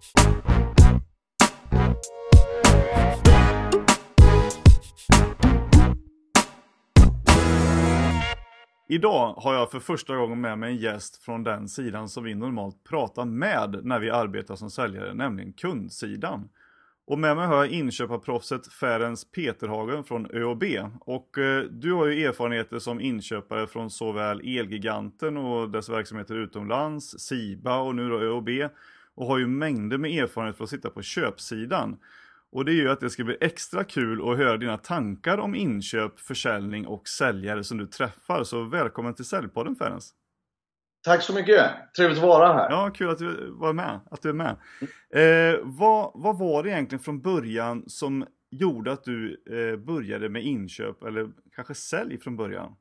Idag har jag för första gången med mig en gäst från den sidan som vi normalt pratar med när vi arbetar som säljare, nämligen kundsidan. Och med mig har jag inköparproffset Ferenc Peterhagen från ÖoB. Och du har ju erfarenheter som inköpare från såväl Elgiganten och dess verksamheter utomlands, Siba och nu då ÖoB. Och har ju mängder med erfarenhet för att sitta på köpsidan. Och det gör att det ska bli extra kul att höra dina tankar om inköp, försäljning och säljare som du träffar. Så välkommen till Säljpodden, Ferenc. Tack så mycket. Trevligt att vara här. Ja, kul att du var med. Att du är med. Vad var det egentligen från början som gjorde att du började med inköp eller kanske sälj från början?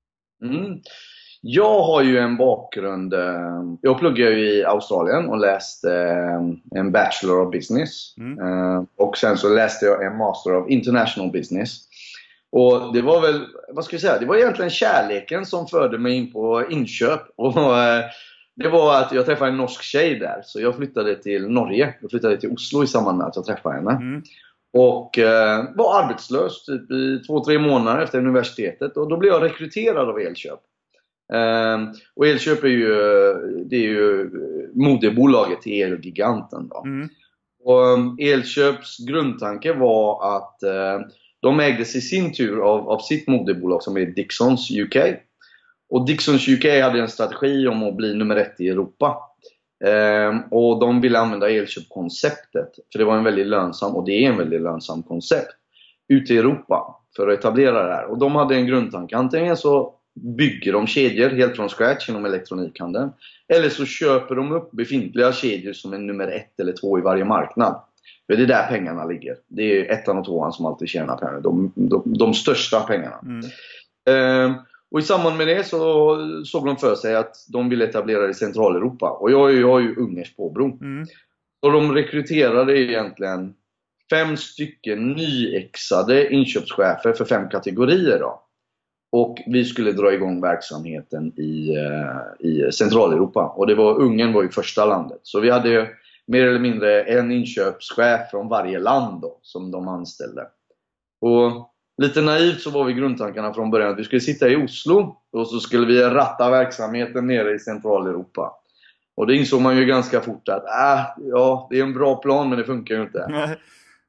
Jag har ju en bakgrund. Jag pluggade ju i Australien och läste en Bachelor of Business. Och sen så läste jag en Master of International Business. Och det var väl, vad ska jag säga, det var egentligen kärleken som förde mig in på inköp. Och det var att jag träffade en norsk tjej där. Så jag flyttade till Norge. Jag flyttade till Oslo i samband med att jag träffade henne. Och var arbetslös typ i 2-3 månader efter universitetet. Och då blev jag rekryterad av Elköp. Och Elköp är ju, det är ju moderbolaget till Elgiganten då. Och Elköps grundtanke var att de ägdes i sin tur av sitt moderbolag som är Dixons UK. Och Dixons UK hade en strategi om att bli nummer 1 i Europa. Och de ville använda Elköp-konceptet. För det var en väldigt lönsam, och det är en väldigt lönsam koncept ute i Europa för att etablera det här. Och de hade en grundtanke. Antingen så bygger de kedjor helt från scratch inom elektronikhandeln. Eller så köper de upp befintliga kedjor som är nummer 1 eller 2 i varje marknad. För det är där pengarna ligger. Det är 1:an och 2:an som alltid tjänar pengar. De största pengarna. Och i samband med det så såg de för sig att de ville etablera det i Centraleuropa. Och jag har ju Ungers påbro. Och de rekryterade egentligen 5 stycken nyexade inköpschefer för 5 kategorier då. Och vi skulle dra igång verksamheten i Centraleuropa. Och Ungern var ju första landet. Så vi hade mer eller mindre en inköpschef från varje land då, som de anställde. Och lite naivt så var vi grundtankarna från början att vi skulle sitta i Oslo. Och så skulle vi ratta verksamheten nere i Centraleuropa. Och det insåg man ju ganska fort att ja, det är en bra plan men det funkar ju inte.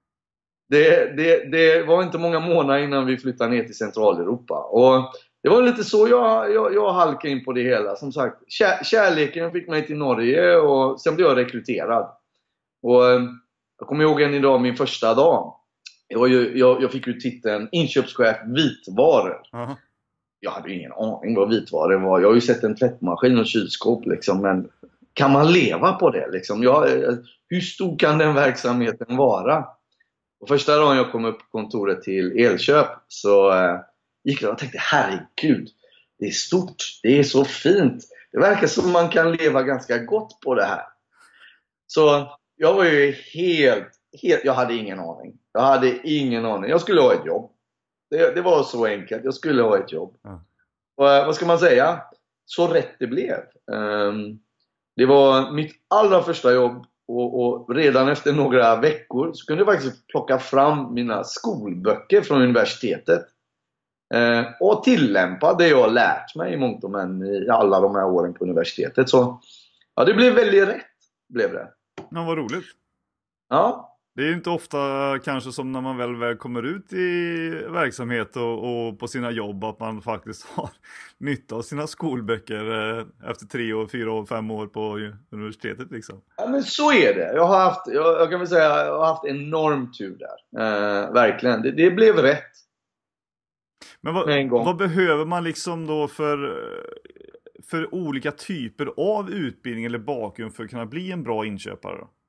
Det var inte många månader innan vi flyttade ner till Centraleuropa. Och det var lite så jag halkade in på det hela. Som sagt, kärleken fick mig till Norge och sen blev jag rekryterad. Och jag kommer ihåg än idag, min första dag. Jag fick ju titeln inköpschef vitvaror. Jag hade ju ingen aning vad vitvaror var. Jag har ju sett en tvättmaskin och kylskåp liksom, men kan man leva på det liksom? Hur stor kan den verksamheten vara? Och första dagen jag kom upp på kontoret till Elköp så gick jag och tänkte, herregud, det är stort, det är så fint. Det verkar som man kan leva ganska gott på det här. Så jag var ju helt jag hade ingen aning. Jag skulle ha ett jobb. Det var så enkelt, jag skulle ha ett jobb. Och vad ska man säga? Så rätt det blev. Det var mitt allra första jobb. Och redan efter några veckor så kunde jag faktiskt plocka fram mina skolböcker från universitetet. Och tillämpa det jag lärt mig i mångt och men i alla de här åren på universitetet. Så ja, det blev väldigt rätt. Blev det. Ja, vad roligt. Ja. Det är ju inte ofta kanske som när man väl kommer ut i verksamhet och på sina jobb att man faktiskt har nytta av sina skolböcker efter 3 år, 4 år, 5 år på universitetet liksom. Ja, men så är det. Jag kan väl säga jag har haft enorm tur där. Verkligen. Det blev rätt. Men vad behöver man liksom då för olika typer av utbildning eller bakgrund för att kunna bli en bra inköpare då?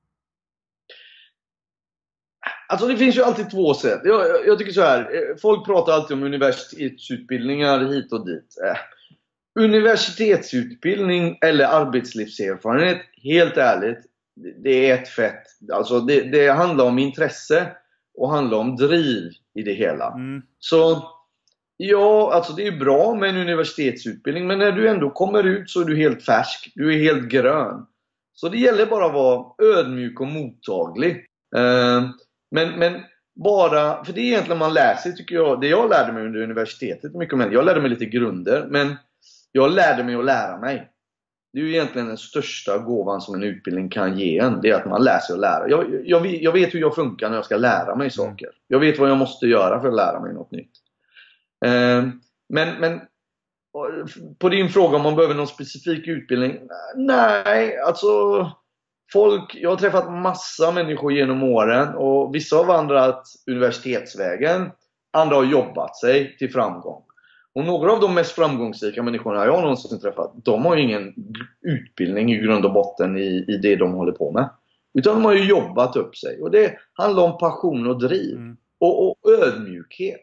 Alltså det finns ju alltid 2 sätt. Jag tycker så här. Folk pratar alltid om universitetsutbildningar hit och dit. Universitetsutbildning eller arbetslivserfarenhet, helt ärligt, det är ett fett. Alltså det handlar om intresse och handlar om driv i det hela. Så ja, alltså det är bra med en universitetsutbildning, men när du ändå kommer ut så är du helt färsk. Du är helt grön. Så det gäller bara att vara ödmjuk och mottaglig. Men bara, för det är egentligen man lär sig, tycker jag. Det jag lärde mig under universitetet mycket om, jag lärde mig lite grunder, men jag lärde mig att lära mig. Det är ju egentligen den största gåvan som en utbildning kan ge en. Det är att man lär sig att lära. Jag vet hur jag funkar när jag ska lära mig saker. Jag vet vad jag måste göra för att lära mig något nytt. Men på din fråga om man behöver någon specifik utbildning. Nej, alltså jag har träffat massa människor genom åren. Och vissa har vandrat universitetsvägen. Andra har jobbat sig till framgång. Och några av de mest framgångsrika människorna jag någonsin träffat, de har ju ingen utbildning i grund och botten i det de håller på med. Utan de har ju jobbat upp sig. Och det handlar om passion och driv. Och ödmjukhet.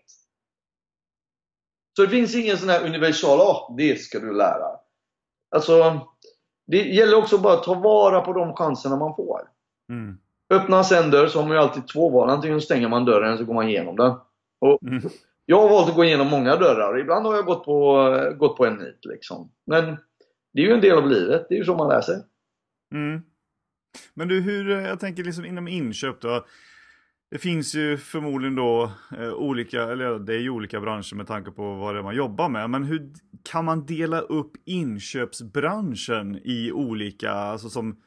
Så det finns ingen sån här universal, det ska du lära. Alltså, det gäller också bara att ta vara på de chanserna man får. Öppna en dörr så har man ju alltid två val. Antingen stänger man dörren så går man igenom den. Och jag har valt att gå igenom många dörrar. Ibland har jag gått på en nit liksom. Men det är ju en del av livet. Det är ju så man lär sig. Men du, jag tänker liksom inom inköp då. Det finns ju förmodligen då det är ju olika branscher med tanke på vad det är man jobbar med. Men hur kan man dela upp inköpsbranschen i olika, alltså som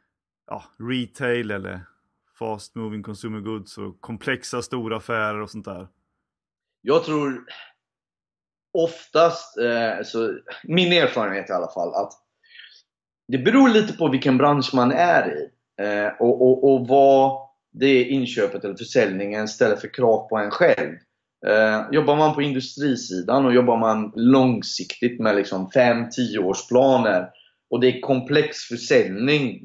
retail eller fast moving consumer goods och komplexa stora affärer och sånt där? Jag tror oftast, min erfarenhet i alla fall, att det beror lite på vilken bransch man är i och vad det inköpet eller försäljningen ställer för krav på en själv. Jobbar man på industrisidan och jobbar man långsiktigt med liksom 5-10 årsplaner och det är komplex försäljning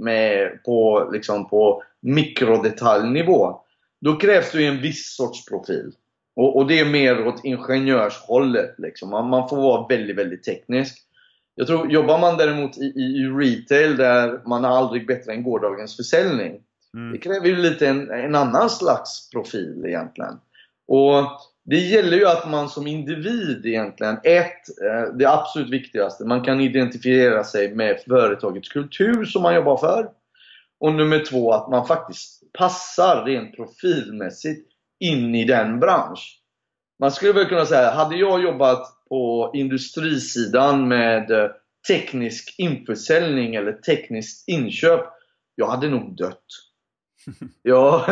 på mikrodetaljnivå, då krävs det ju en viss sorts profil. Och det är mer åt ingenjörshållet liksom. Man får vara väldigt, väldigt teknisk. Jag tror, jobbar man däremot i retail där man är aldrig bättre än gårdagens försäljning, det kräver ju lite en annan slags profil egentligen. Och det gäller ju att man som individ egentligen, det absolut viktigaste, man kan identifiera sig med företagets kultur som man jobbar för. Och nummer 2, att man faktiskt passar rent profilmässigt in i den bransch. Man skulle väl kunna säga, hade jag jobbat på industrisidan med teknisk införsäljning eller tekniskt inköp, jag hade nog dött. Jag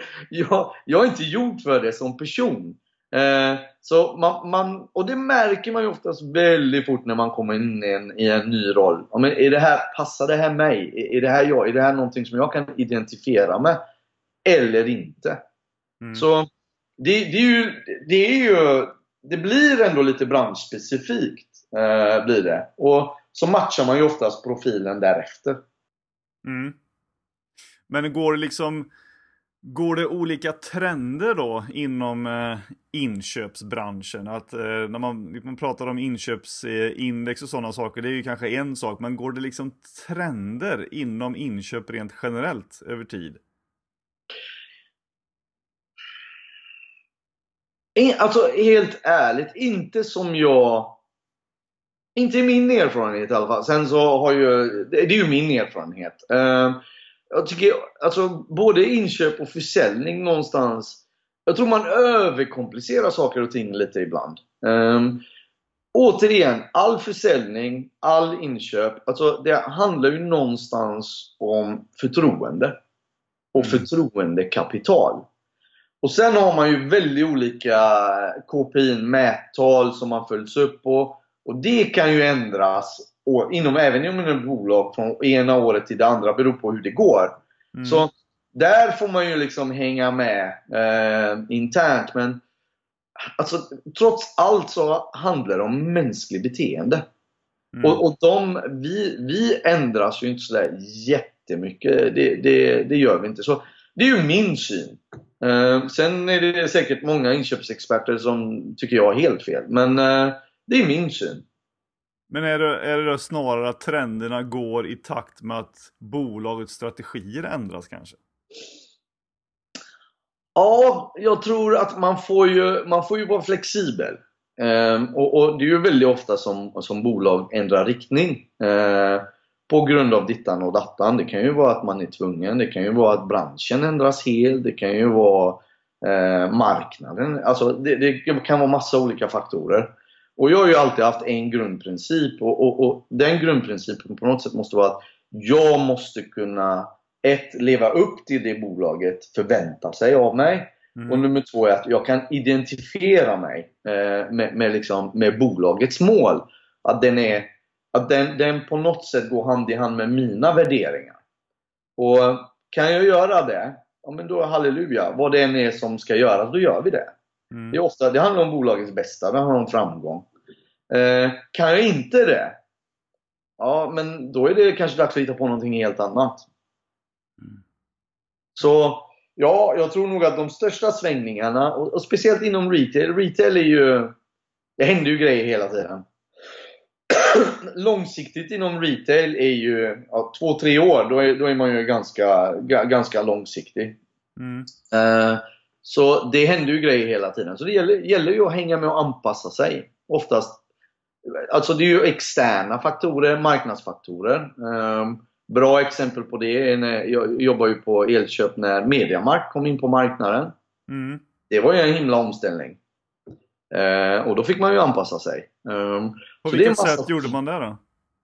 är inte gjort för det som person. Så och det märker man ju oftast väldigt fort när man kommer in i en ny roll. Men passar det här mig? Är det här någonting som jag kan identifiera med? Eller inte? Så det blir ändå lite branschspecifikt blir det. Och så matchar man ju oftast profilen därefter. Men går det olika trender då inom inköpsbranschen? Att när man pratar om inköpsindex och sådana saker, det är ju kanske en sak, men går det liksom trender inom inköp rent generellt över tid? Alltså helt ärligt, inte i min erfarenhet i alla fall. Sen så det är ju min erfarenhet. Jag tycker alltså både inköp och försäljning någonstans, jag tror man överkomplicerar saker och ting lite ibland. Återigen, all försäljning, all inköp, alltså det handlar ju någonstans om förtroende och förtroendekapital. Och sen har man ju väldigt olika KPI-mättal som man följs upp på. Och det kan ju ändras även inom ett bolag från ena året till det andra, beror på hur det går. Så där får man ju liksom hänga med internt. Men alltså, trots allt så handlar det om mänskligt beteende. Och vi ändras ju inte sådär jättemycket. Det gör vi inte. Så det är ju min syn. Sen är det säkert många inköpsexperter som tycker jag har helt fel. Men det är min syn. Men är det då snarare att trenderna går i takt med att bolagets strategier ändras kanske? Ja, jag tror att man får ju vara flexibel. Och det är ju väldigt ofta som bolag ändrar riktning på grund av dittan och dattan. Det kan ju vara att man är tvungen, det kan ju vara att branschen ändras helt, det kan ju vara marknaden. Alltså det kan vara massa olika faktorer. Och jag har ju alltid haft en grundprincip, och den grundprincipen på något sätt måste vara att jag måste kunna leva upp till det bolaget förväntar sig av mig. Och nummer 2 är att jag kan identifiera mig med bolagets mål. Att den på något sätt går hand i hand med mina värderingar. Och kan jag göra det, ja men då halleluja. Vad det än är som ska göras, då gör vi det. Det handlar om bolagets bästa, det handlar om framgång. Kan jag inte det, ja men då är det kanske dags att hitta på någonting helt annat. Så ja, jag tror nog att de största svängningarna, och speciellt inom retail är ju, det händer ju grejer hela tiden. Långsiktigt inom retail är ju 2-3 år, då är man ju ganska långsiktig. Så det händer ju grejer hela tiden. Så det gäller ju att hänga med och anpassa sig. Oftast, alltså det är ju externa faktorer, marknadsfaktorer. Bra exempel på det är när jag jobbar ju på Elköp när Mediamarkt kom in på marknaden. Det var ju en himla omställning. Och då fick man ju anpassa sig. På vilket sätt gjorde man det då?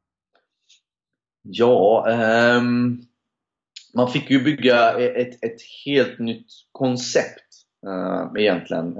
Ja, man fick ju bygga ett helt nytt koncept egentligen.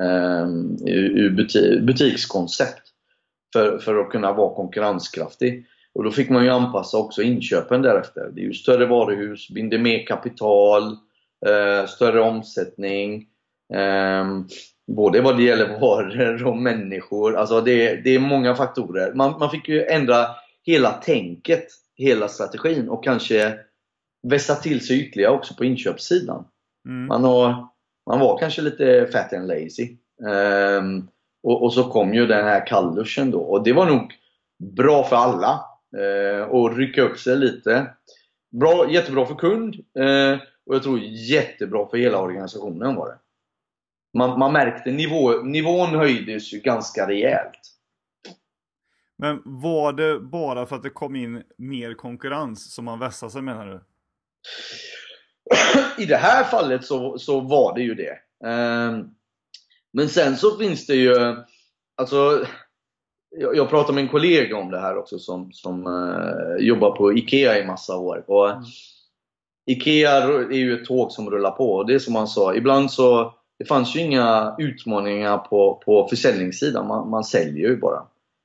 Butikskoncept för att kunna vara konkurrenskraftig. Och då fick man ju anpassa också inköpen därefter. Det är ju större varuhus, binder mer kapital, större omsättning. Både vad det gäller varor och människor. Alltså det är många faktorer. Man fick ju ändra hela tänket, hela strategin, och kanske vässa till sig ytterligare också på inköpssidan. Man var kanske lite fat and lazy. Och så kom ju den här kallduschen då. Och det var nog bra för alla. Och rycka upp sig lite. Jättebra för kund. Och jag tror jättebra för hela organisationen var det. Man märkte nivån höjdes ju ganska rejält. Men var det bara för att det kom in mer konkurrens som man vässade sig, menar du? I det här fallet så var det ju det. Men sen så finns det ju, alltså, jag pratade med en kollega om det här också som jobbar på Ikea i massa år. Och Ikea är ju ett tåg som rullar på. Och det är som man sa, ibland så det fanns ju inga utmaningar på försäljningssidan. Man säljer ju bara.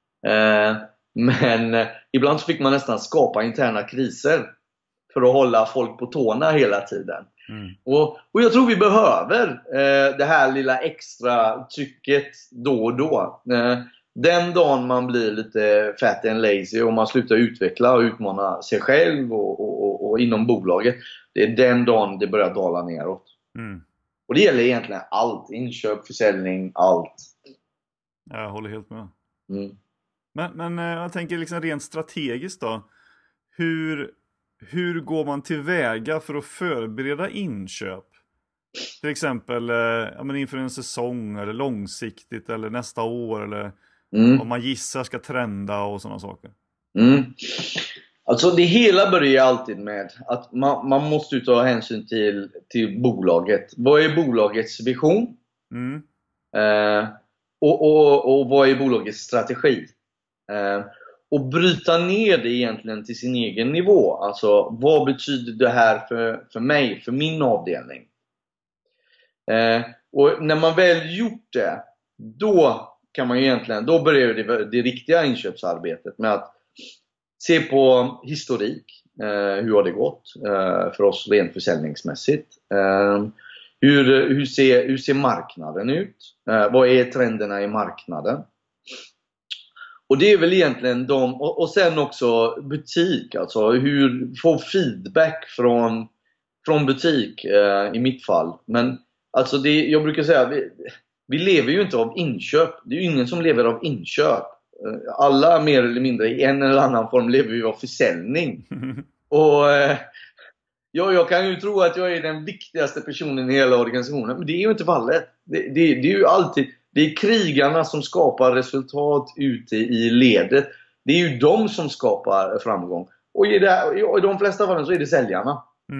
Men ibland så fick man nästan skapa interna kriser för att hålla folk på tårna hela tiden. Och jag tror vi behöver det här lilla extra trycket då och då. Den dagen man blir lite fat and lazy och man slutar utveckla och utmana sig själv och inom bolaget, det är den dagen det börjar dala neråt. Och det gäller egentligen allt. Inköp, försäljning, allt. Jag håller helt med. Men jag tänker liksom rent strategiskt då. Hur går man tillväga för att förbereda inköp? Till exempel inför en säsong eller långsiktigt eller nästa år eller vad man gissar ska trenda och sådana saker. Alltså det hela börjar alltid med att man måste ta hänsyn till bolaget. Vad är bolagets vision? Och vad är bolagets strategi? Och bryta ner det egentligen till sin egen nivå. Alltså vad betyder det här för mig, för min avdelning? Och när man väl gjort det, då kan man egentligen, då börjar det riktiga inköpsarbetet med att se på historik. Hur har det gått för oss rent försäljningsmässigt? Hur ser marknaden ut? Vad är trenderna i marknaden? Och det är väl egentligen och sen också butik. Alltså hur få feedback från butik i mitt fall. Men alltså jag brukar säga, vi lever ju inte av inköp. Det är ju ingen som lever av inköp. Alla mer eller mindre i en eller annan form lever vi av försäljning. Och jag kan ju tro att jag är den viktigaste personen i hela organisationen. Men det är ju inte fallet. Det är ju alltid, det är krigarna som skapar resultat ute i ledet. Det är ju de som skapar framgång. Och i de flesta fallen så är det säljarna.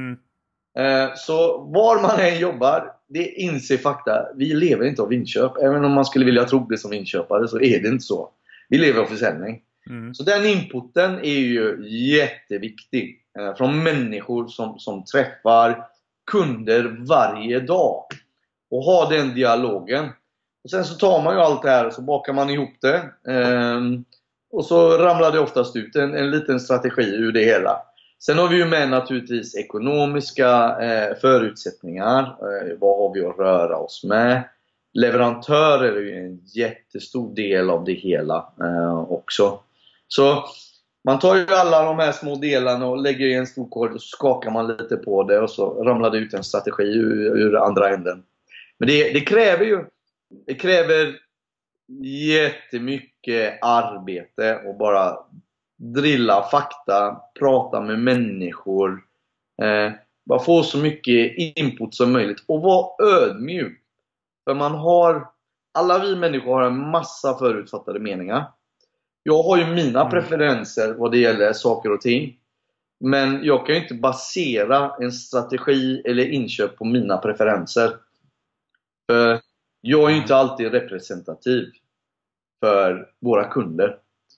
Så var man än jobbar, det inser fakta, vi lever inte av inköp. Även om man skulle vilja tro det som inköpare, så är det inte så. Vi lever av försäljning. Så den inputen är ju jätteviktig. Från människor som träffar kunder varje dag. Och har den dialogen. Och sen så tar man ju allt det här och så bakar man ihop det. Och så ramlar det oftast ut en liten strategi ur det hela. Sen har vi ju med naturligtvis ekonomiska förutsättningar. Vad har vi att röra oss med? Leverantörer är ju en jättestor del av det hela också. Så man tar ju alla de här små delarna och lägger i en stor korg och skakar man lite på det och så ramlar det ut en strategi ur andra änden. Men det kräver jättemycket arbete och bara drilla fakta, prata med människor, bara få så mycket input som möjligt och vara ödmjuk. För alla vi människor har en massa förutfattade meningar. Jag har ju mina preferenser vad det gäller saker och ting. Men jag kan ju inte basera en strategi eller inköp på mina preferenser. För jag är ju inte alltid representativ för våra kunder.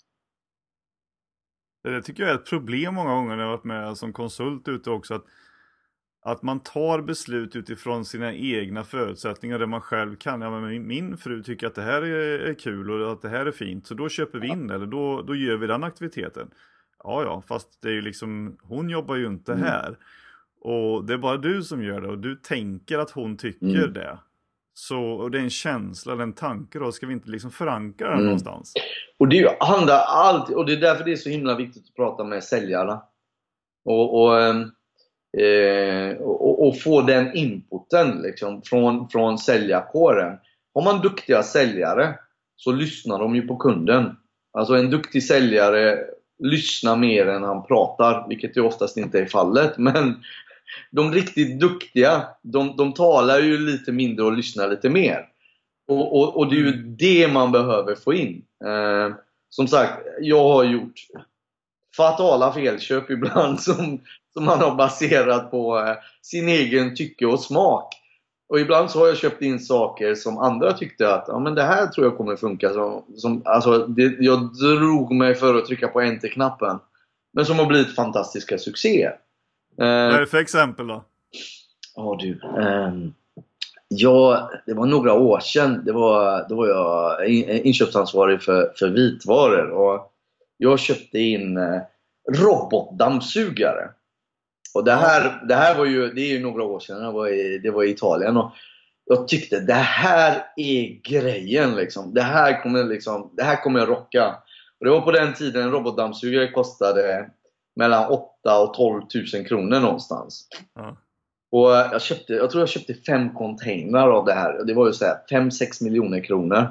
Det tycker jag är ett problem många gånger när jag har varit med som konsult ute också. Att man tar beslut utifrån sina egna förutsättningar där man själv kan. Ja, men min fru tycker att det här är kul och att det här är fint. Så då köper vi in eller då gör vi den aktiviteten. Ja, fast det är ju liksom, hon jobbar ju inte här. Och det är bara du som gör det och du tänker att hon tycker det. Så, och det är en känsla, en tanke då, ska vi inte liksom förankra den någonstans? Och det handlar alltid, och det är därför det är så himla viktigt att prata med säljarna. Och få den inputen liksom, från säljarkåren. Har man duktiga säljare så lyssnar de ju på kunden. Alltså en duktig säljare lyssnar mer än han pratar, vilket ju oftast inte är fallet. Men de riktigt duktiga, de talar ju lite mindre och lyssnar lite mer. Och det är ju det man behöver få in. Som sagt, jag har gjort fatala felköp ibland som man har baserat på sin egen tycke och smak. Och ibland så har jag köpt in saker som andra tyckte att ja, men det här tror jag kommer funka. Jag drog mig för att trycka på enter-knappen. Men som har blivit fantastiska succéer. Vad är det för exempel då? Det var några år sedan. Då var jag inköpsansvarig för vitvaror. Och jag köpte in robotdammsugare. Och det är ju några år sedan. Det var i Italien. Och jag tyckte det här är grejen liksom. Det här kommer att rocka. Och det var på den tiden en robotdammsugare kostade mellan 8 och 12 000 kronor någonstans. Och jag tror jag köpte 5 container av det här. Och det var ju så här 5-6 miljoner kronor.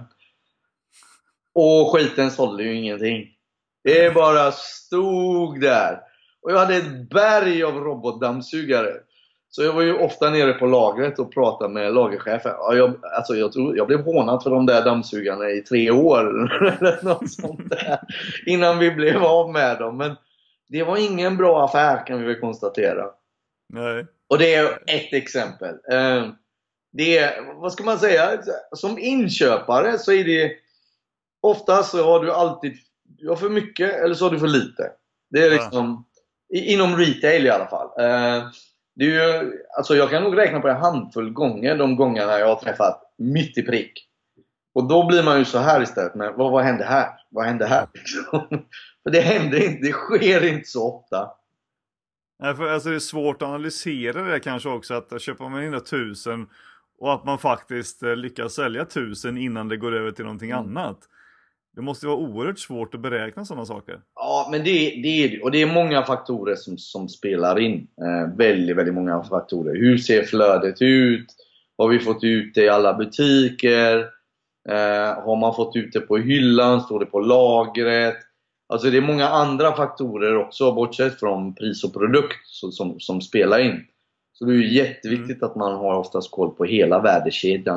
Och skiten sålde ju ingenting. Det bara stod där. Och jag hade ett berg av robotdammsugare. Så jag var ju ofta nere på lagret och pratade med lagerchefen. Jag blev hånad för de där dammsugarna i 3 år. Eller något sånt där. Innan vi blev av med dem. Men det var ingen bra affär, kan vi väl konstatera. Nej. Och det är ett exempel. Vad ska man säga? Som inköpare så är det ofta så har du alltid för mycket eller så har du för lite. Det är liksom inom retail i alla fall. Det är ju, alltså jag kan nog räkna på en handfull gånger de gångerna jag har träffat mitt i prick. Och då blir man ju så här istället. Men vad hände här? Vad hände här? För det händer inte, det sker inte så ofta. Nej, för alltså det är svårt att analysera det kanske också. Att köpa man in 1000 och att man faktiskt lyckas sälja 1000 innan det går över till någonting annat. Det måste vara oerhört svårt att beräkna sådana saker. Ja, men det är många faktorer som spelar in. Väldigt, väldigt många faktorer. Hur ser flödet ut? Har vi fått ut det i alla butiker? Har man fått ut det på hyllan? Står det på lagret? Alltså det är många andra faktorer också, bortsett från pris och produkt som spelar in. Så det är ju jätteviktigt att man har oftast koll på hela värdekedjan då.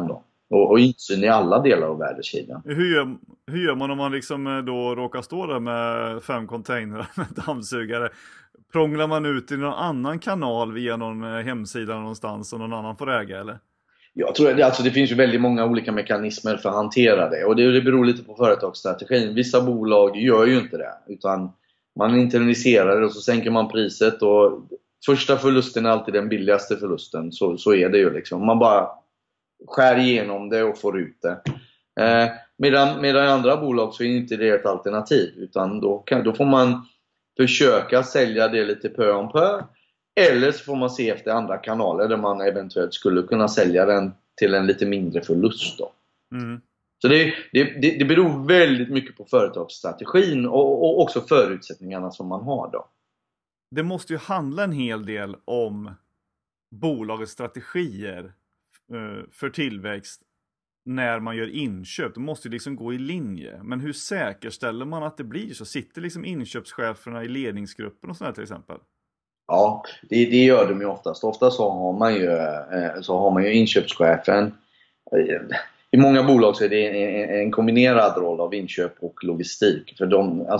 och insyn i alla delar av värdekedjan. Hur gör man om man liksom då råkar stå där med 5 containrar med dammsugare? Prånglar man ut i någon annan kanal via någon hemsida någonstans som någon annan får äga, eller? Jag tror det finns ju väldigt många olika mekanismer för att hantera det. Och det beror lite på företagsstrategin. Vissa bolag gör ju inte det. Utan man internaliserar det och så sänker man priset. Och första förlusten är alltid den billigaste förlusten. Så är det ju liksom. Man bara skär igenom det och får ut det. Medan i andra bolag så är inte det ett alternativ. Utan då får man försöka sälja det lite pö om pö. Eller så får man se efter andra kanaler där man eventuellt skulle kunna sälja den till en lite mindre förlust då. Mm. Så det beror väldigt mycket på företagsstrategin och också förutsättningarna som man har då. Det måste ju handla en hel del om bolagets strategier för tillväxt när man gör inköp. Det måste ju liksom gå i linje. Men hur säkerställer man att det blir så? Sitter liksom inköpscheferna i ledningsgruppen och sådär till exempel? Ja, det gör de ju oftast. Oftast så har man ju inköpschefen. I många bolag så är det en kombinerad roll av inköp och logistik. För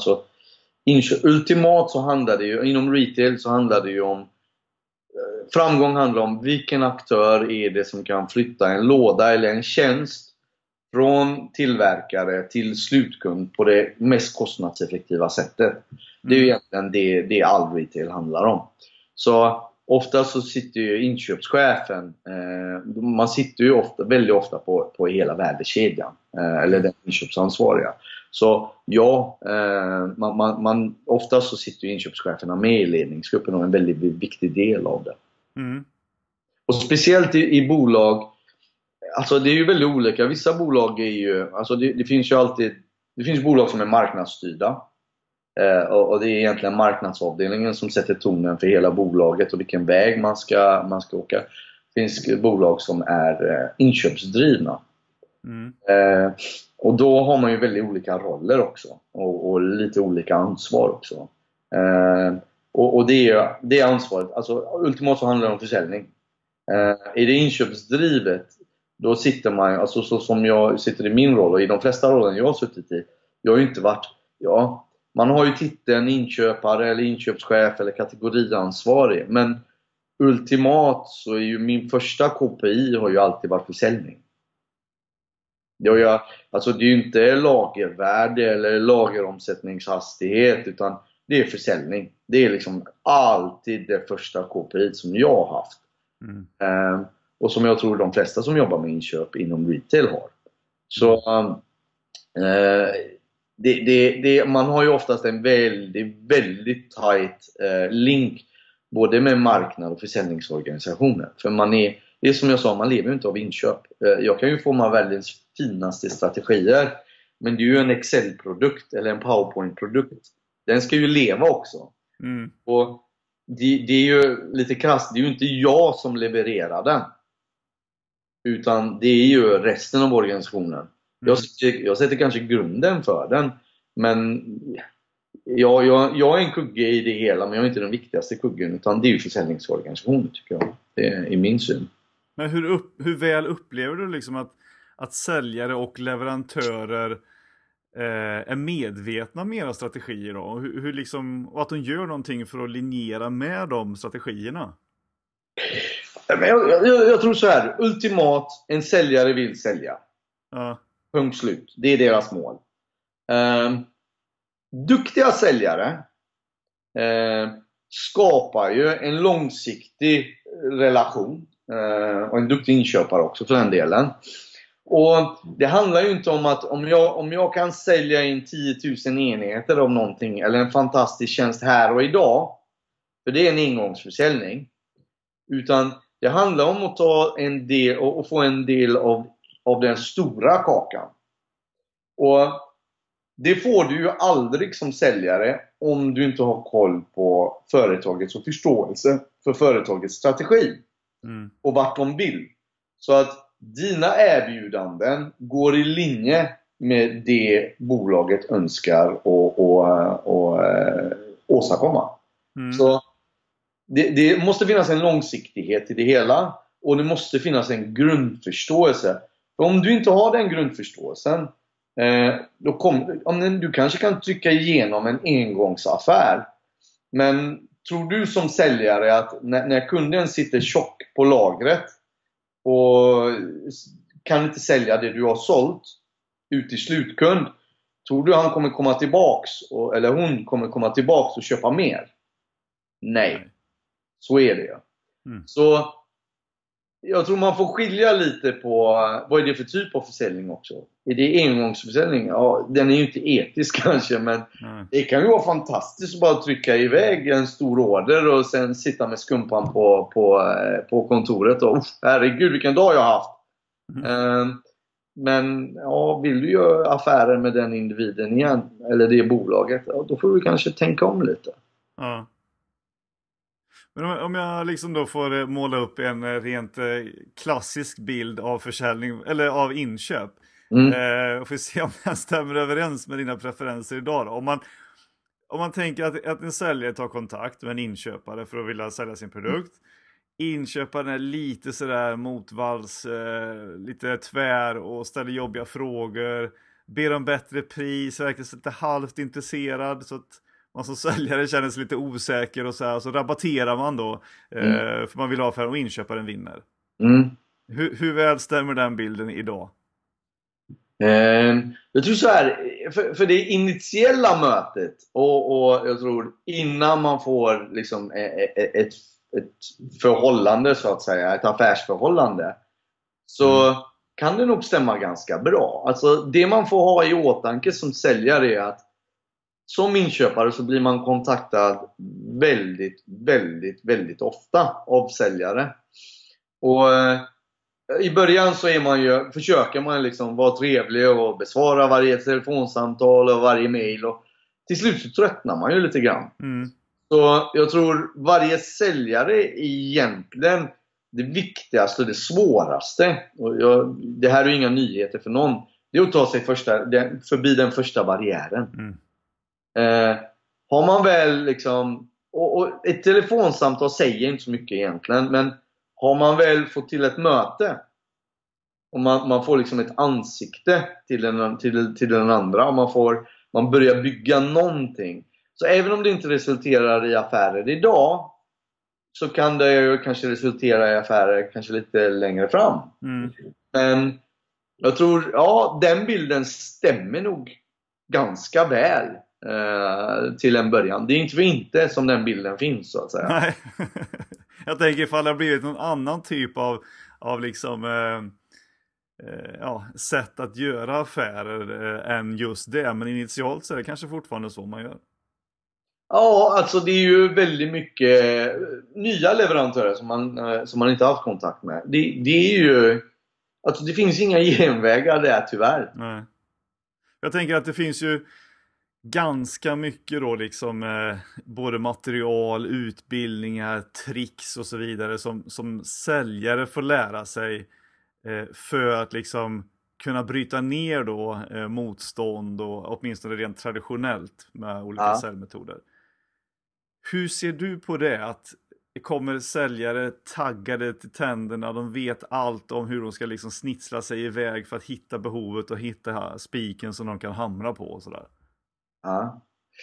ultimat så handlar det ju, inom retail så handlar det ju om framgång handlar om vilken aktör är det som kan flytta en låda eller en tjänst från tillverkare till slutkund på det mest kostnadseffektiva sättet. Det är ju egentligen det all retail handlar om. Så ofta så sitter ju inköpschefen, man sitter ju väldigt ofta på hela värdekedjan, eller den inköpsansvariga. Så ja, ofta så sitter ju inköpscheferna med i ledningsgruppen och en väldigt viktig del av det. Mm. Och speciellt i bolag, alltså det är ju väldigt olika. Vissa bolag är ju, alltså det finns ju alltid, det finns bolag som är marknadsstyrda. Och det är egentligen marknadsavdelningen som sätter tonen för hela bolaget och vilken väg man ska åka. Det finns bolag som är inköpsdrivna. Mm. Och då har man ju väldigt olika roller också. Och lite olika ansvar också. Och det ansvaret, alltså ultimat så handlar det om försäljning. Är det inköpsdrivet, då sitter man, alltså så som jag sitter i min roll och i de flesta rollen jag har suttit i, jag har ju inte varit, man har ju titeln inköpare eller inköpschef eller kategoriansvarig, men ultimat så är ju min första KPI har ju alltid varit försäljning. Alltså det är ju inte lagervärde eller lageromsättningshastighet, utan det är försäljning. Det är liksom alltid det första KPI som jag har haft. Mm. Och som jag tror de flesta som jobbar med inköp inom retail har. Så man har ju oftast en väldigt tight link både med marknad och försäljningsorganisationer. För det är som jag sa, man lever ju inte av inköp. Jag kan ju få världens finaste strategier, men det är ju en Excel-produkt eller en PowerPoint-produkt. Den ska ju leva också. Mm. Och det är ju lite krasst, det är ju inte jag som levererar den, utan det är ju resten av organisationen. Jag sätter kanske grunden för den, men jag är en kugge i det hela, men jag är inte den viktigaste kuggen, utan det är ju försäljningsorganisationen, tycker jag. Det är min syn. Men hur väl upplever du liksom att säljare och leverantörer är medvetna med era strategier då? Hur liksom, och att de gör någonting för att linjera med de strategierna? Men jag tror så här, ultimat, en säljare vill sälja. Ja. Punkt slut. Det är deras mål. Duktiga säljare skapar ju en långsiktig relation. Och en duktig inköpare också för den delen. Och det handlar ju inte om att om jag kan sälja in 10 000 enheter av någonting eller en fantastisk tjänst här och idag, för det är en engångsförsäljning, utan det handlar om att ta en del och få en del av den stora kakan. Och det får du ju aldrig som säljare om du inte har koll på företagets och förståelse för företagets strategi. Mm. Och vart de vill. Så att dina erbjudanden går i linje med det bolaget önskar och åstadkomma. Mm. Så det måste finnas en långsiktighet i det hela. Och det måste finnas en grundförståelse. om du inte har den grundförståelsen, du kanske kan trycka igenom en engångsaffär. Men tror du som säljare att när kunden sitter tjock på lagret och kan inte sälja det du har sålt ut till slutkund, tror du han kommer komma tillbaks eller hon kommer komma tillbaks och köpa mer? Nej. Så är det ju. Så jag tror man får skilja lite på vad är det för typ av försäljning också. Är det engångsförsäljning? Ja, den är ju inte etisk kanske, men det kan ju vara fantastiskt att bara trycka iväg en stor order och sen sitta med skumpan på kontoret och herregud vilken dag jag har haft. Men ja, vill du göra affärer med den individen igen, eller det bolaget, ja, då får du kanske tänka om lite. Ja. Men om jag liksom då får måla upp en rent klassisk bild av försäljning eller av inköp. Och får se om den stämmer överens med dina preferenser idag då. Om man tänker att en säljare tar kontakt med en inköpare för att vilja sälja sin produkt. Inköparen är lite sådär motvalls, lite tvär och ställer jobbiga frågor. Ber om bättre pris, verkar lite halvt intresserad så att man som säljare känner sig lite osäker och så rabatterar man då för man vill ha affären och inköparen vinner. Hur väl stämmer den bilden idag? Jag tror så här, för det initiella mötet och jag tror innan man får liksom ett förhållande så att säga, ett affärsförhållande, så kan det nog stämma ganska bra. Alltså det man får ha i åtanke som säljare är att som inköpare så blir man kontaktad väldigt, väldigt, väldigt ofta av säljare. Och i början så försöker man liksom vara trevlig och besvara varje telefonsamtal och varje mail. Och till slut så tröttnar man ju lite grann. Så jag tror varje säljare egentligen, det viktigaste och det svåraste, och det här är ju inga nyheter för någon, det är att ta sig förbi den första barriären. Har man väl liksom, och ett telefonsamtal säger inte så mycket egentligen, men har man väl fått till ett möte och man får liksom ett ansikte till den andra och man börjar bygga någonting, så även om det inte resulterar i affärer idag, så kan det ju kanske resultera i affärer kanske lite längre fram. Men jag tror, ja, den bilden stämmer nog ganska väl till en början. Det är inte för inte som den bilden finns så att säga. Nej. Jag tänker ifall det har blivit någon annan typ av liksom sätt att göra affärer än just det. Men initialt så är det kanske fortfarande så man gör. Ja, alltså det är ju väldigt mycket nya leverantörer som man inte har haft kontakt med. Det är ju, alltså det finns inga genvägar där tyvärr. Nej. Jag tänker att det finns ju ganska mycket då liksom både material, utbildningar, tricks och så vidare som säljare får lära sig för att liksom kunna bryta ner då motstånd och åtminstone rent traditionellt med olika säljmetoder. Hur ser du på det, att kommer säljare taggade till tänderna, de vet allt om hur de ska liksom snitsla sig iväg för att hitta behovet och hitta spiken som de kan hamra på och sådär? Ja.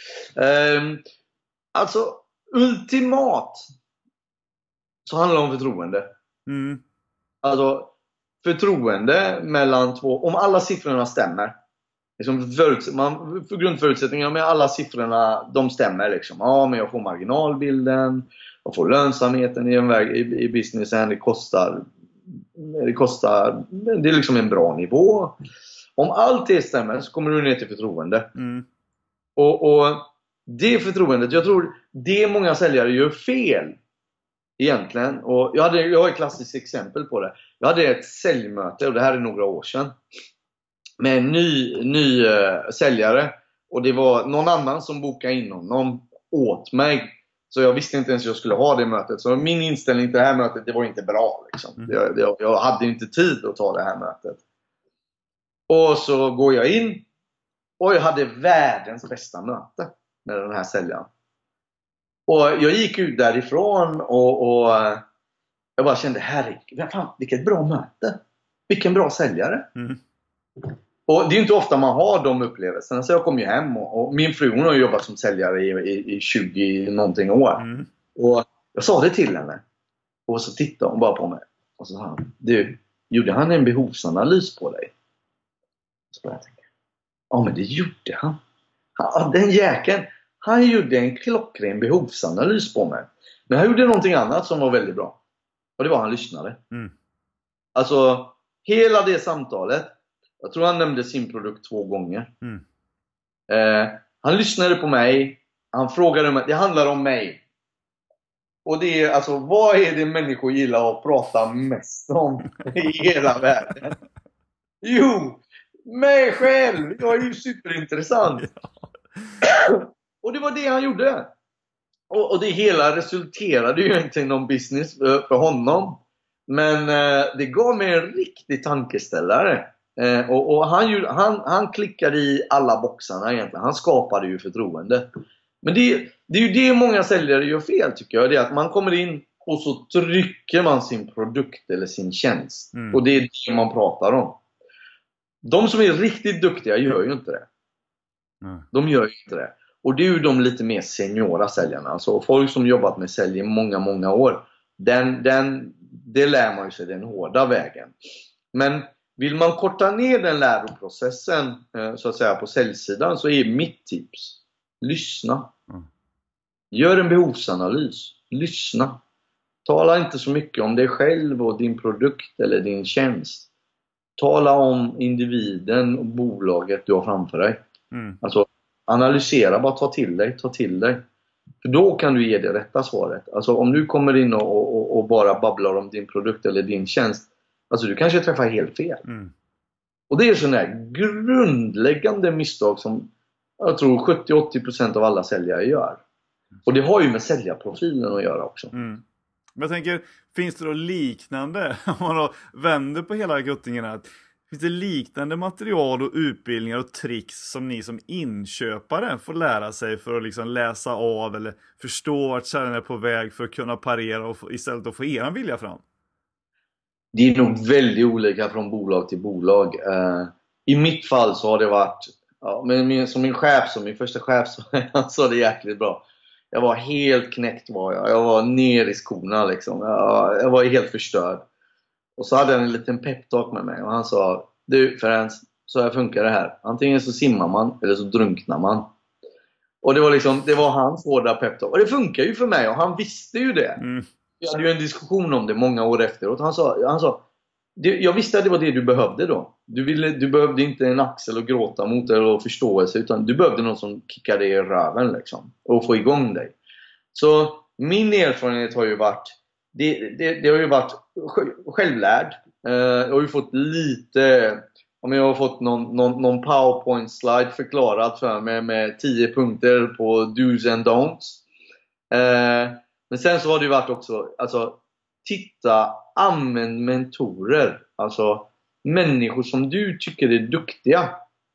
Alltså ultimat så handlar det om förtroende. Alltså förtroende mellan två, om alla siffrorna stämmer liksom, för grundförutsättningar med alla siffrorna, de stämmer liksom. Ja, men jag får marginalbilden, jag får lönsamheten i businessen, det kostar, det är liksom en bra nivå. Om allt det stämmer så kommer du ner till förtroende. Och det förtroendet, jag tror det många säljare gör fel egentligen. Och jag har ett klassiskt exempel på det. Jag hade ett säljmöte, och det här är några år sedan, med en ny säljare. Och det var någon annan som bokade in honom åt mig. Så jag visste inte ens att jag skulle ha det mötet. Så min inställning till det här mötet, det var inte bra liksom. Jag hade inte tid att ta det här mötet. Och så går jag in, och jag hade världens bästa möte med den här säljaren. Och jag gick ut därifrån och jag bara kände, herregud, fan, vilket bra möte. Vilken bra säljare. Mm. Och det är inte ofta man har de upplevelserna. Så jag kom ju hem och min fru, hon har jobbat som säljare i 20 någonting år. Mm. Och jag sa det till henne. Och så tittade hon bara på mig. Och så sa han, du, gjorde han en behovsanalys på dig? Så började jag tänka, ja men det gjorde han. Den jäkeln, han gjorde en klockren behovsanalys på mig. Men han gjorde någonting annat som var väldigt bra. Och det var han lyssnade. Mm. Alltså, hela det samtalet. Jag tror han nämnde sin produkt 2 gånger. Mm. Han lyssnade på mig. Han frågade mig. Det handlar om mig. Och det är alltså, vad är det människor gillar att prata mest om i hela världen? Jo, mig själv. Jag är ju superintressant. Och det var det han gjorde. Och det hela resulterade ju inte i någon business för honom. Men det gav mig en riktig tankeställare. Och han klickade i alla boxarna egentligen. Han skapade ju förtroende. Men det är ju det många säljare gör fel, tycker jag. Det är att man kommer in och så trycker man sin produkt eller sin tjänst. Och det är det man pratar om. De som är riktigt duktiga gör ju inte det. De gör ju inte det. Och det är ju de lite mer seniora säljarna. Alltså folk som jobbat med sälj i många, många år. Det lär man ju sig den hårda vägen. Men vill man korta ner den läroprocessen så att säga på säljsidan, så är mitt tips: lyssna. Gör en behovsanalys. Lyssna. Tala inte så mycket om dig själv och din produkt eller din tjänst. Tala om individen och bolaget du har framför dig. Alltså analysera, bara ta till dig. För då kan du ge det rätta svaret. Alltså om du kommer in och bara babblar om din produkt eller din tjänst, alltså du kanske träffar helt fel. Och det är sådana här grundläggande misstag som jag tror 70-80% av alla säljare gör. Och det har ju med säljarprofilen att göra också. Men jag tänker, finns det då liknande, om man då vänder på hela guttingen här, finns det liknande material och utbildningar och tricks som ni som inköpare får lära sig för att liksom läsa av eller förstå vart säljaren är på väg för att kunna parera och istället att få eran vilja fram? Det är nog väldigt olika från bolag till bolag. I mitt fall så har det varit, som min första chef så han sa det jäkligt bra. Jag var helt knäckt var jag. Jag var ner i skorna liksom. Jag var helt förstörd. Och så hade han en liten peptalk med mig. Och han sa, du Ferenc, så här funkar det här. Antingen så simmar man eller så drunknar man. Och det var hans hårda peptalk. Och det funkar ju för mig. Och han visste ju det. Vi hade ju en diskussion om det många år efteråt. Han sa jag visste att det var det du behövde då. Du behövde inte en axel att gråta mot eller förståelse, utan du behövde någon som kickade dig i röven liksom, och få igång dig. Så min erfarenhet har ju varit det har ju varit självlärd. Jag har ju fått lite, om jag har fått någon PowerPoint slide förklarat för mig med 10 punkter på do's and don'ts. Men sen så har det ju varit också, alltså använd mentorer. Alltså människor som du tycker är duktiga.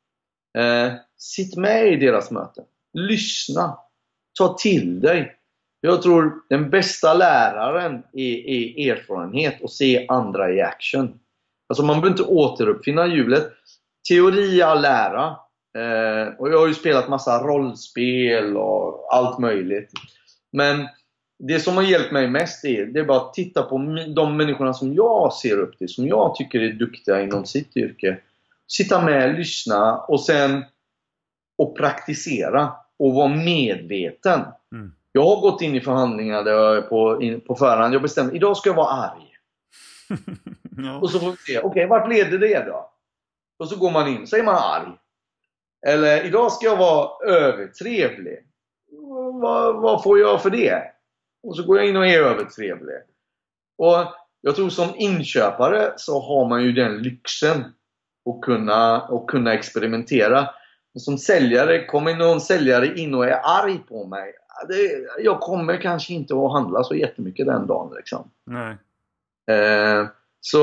Sitt med i deras möten. Lyssna. Ta till dig. Jag tror den bästa läraren är erfarenhet och se andra i action. Alltså man behöver inte återuppfinna hjulet. Teori är lära. Och jag har ju spelat massa rollspel och allt möjligt. Men det som har hjälpt mig mest det är bara att titta på de människorna som jag ser upp till, som jag tycker är duktiga inom sitt yrke. Sitta med, lyssna och sen praktisera och vara medveten. Jag har gått in i förhandlingar där jag är på förhand. Jag bestämmer, idag ska jag vara arg. Ja. Och så får vi se, okej, vart leder det då? Och så går man in, så är man arg. Eller, idag ska jag vara övertrevlig. Vad får jag för det? Och så går jag in och är övertrevlig. Och jag tror som inköpare så har man ju den lyxen att kunna experimentera. Men som säljare, kommer någon säljare in och är arg på mig, jag kommer kanske inte att handla så jättemycket den dagen liksom. Nej. Så